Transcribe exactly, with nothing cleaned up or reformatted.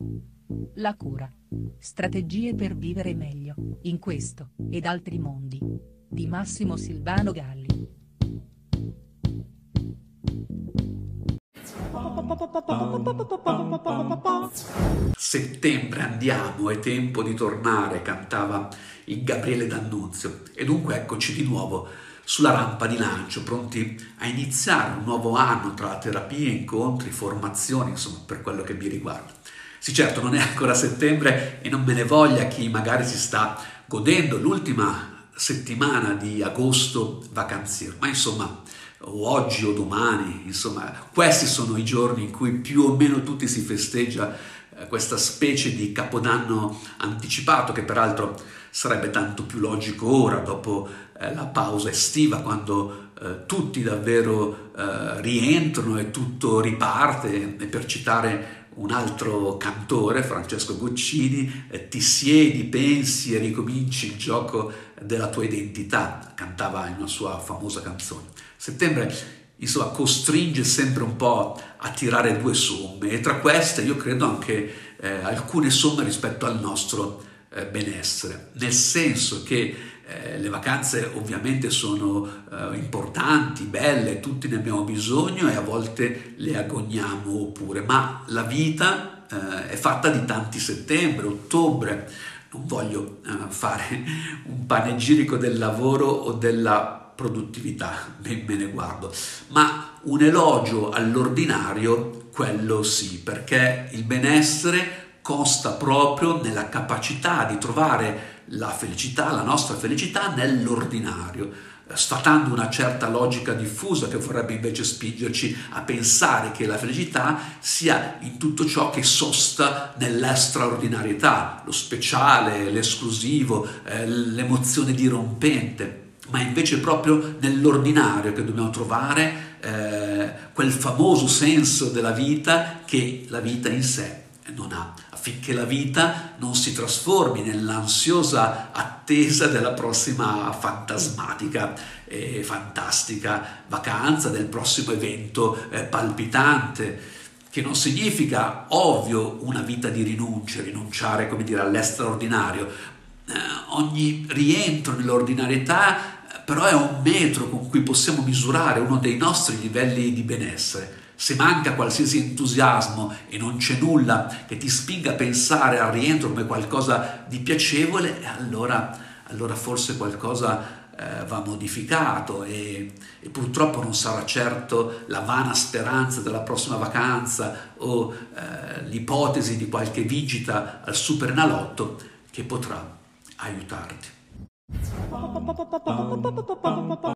La cura. Strategie per vivere meglio, in questo, ed altri mondi. Di Massimo Silvano Galli. Settembre andiamo, è tempo di tornare, cantava il Gabriele D'Annunzio. E dunque eccoci di nuovo sulla rampa di lancio, pronti a iniziare un nuovo anno tra terapie, incontri, formazioni, insomma, per quello che mi riguarda. Sì, certo, non è ancora settembre e non me ne voglia chi magari si sta godendo l'ultima settimana di agosto vacanziero, ma insomma, o oggi o domani, insomma, questi sono i giorni in cui più o meno tutti si festeggia eh, questa specie di capodanno anticipato, che peraltro sarebbe tanto più logico ora, dopo eh, la pausa estiva, quando eh, tutti davvero eh, rientrano e tutto riparte. E per citare un altro cantore, Francesco Guccini, eh, ti siedi, pensi e ricominci il gioco della tua identità, cantava in una sua famosa canzone. Settembre, insomma, costringe sempre un po' a tirare due somme, e tra queste io credo anche eh, alcune somme rispetto al nostro eh, benessere, nel senso che eh, le vacanze ovviamente sono eh, importanti, belle, tutti ne abbiamo bisogno e a volte le agogniamo pure, ma la vita eh, è fatta di tanti settembre, ottobre. Non voglio eh, fare un panegirico del lavoro o della produttività, ben me ne guardo, ma un elogio all'ordinario, quello sì, perché il benessere consta proprio nella capacità di trovare la felicità, la nostra felicità nell'ordinario, sfatando una certa logica diffusa che vorrebbe invece spingerci a pensare che la felicità sia in tutto ciò che sosta nell'estraordinarietà, lo speciale, l'esclusivo, eh, l'emozione dirompente, ma invece proprio nell'ordinario che dobbiamo trovare eh, quel famoso senso della vita che la vita in sé non ha, affinché la vita non si trasformi nell'ansiosa attesa della prossima fantasmatica e fantastica vacanza, del prossimo evento eh, palpitante, che non significa, ovvio, una vita di rinunce, rinunciare, come dire, all'estraordinario. Eh, ogni rientro nell'ordinarietà eh, però è un metro con cui possiamo misurare uno dei nostri livelli di benessere. Se manca qualsiasi entusiasmo e non c'è nulla che ti spinga a pensare al rientro come qualcosa di piacevole, allora, allora forse qualcosa eh, va modificato e, e purtroppo non sarà certo la vana speranza della prossima vacanza o eh, l'ipotesi di qualche vincita al Superenalotto che potrà aiutarti.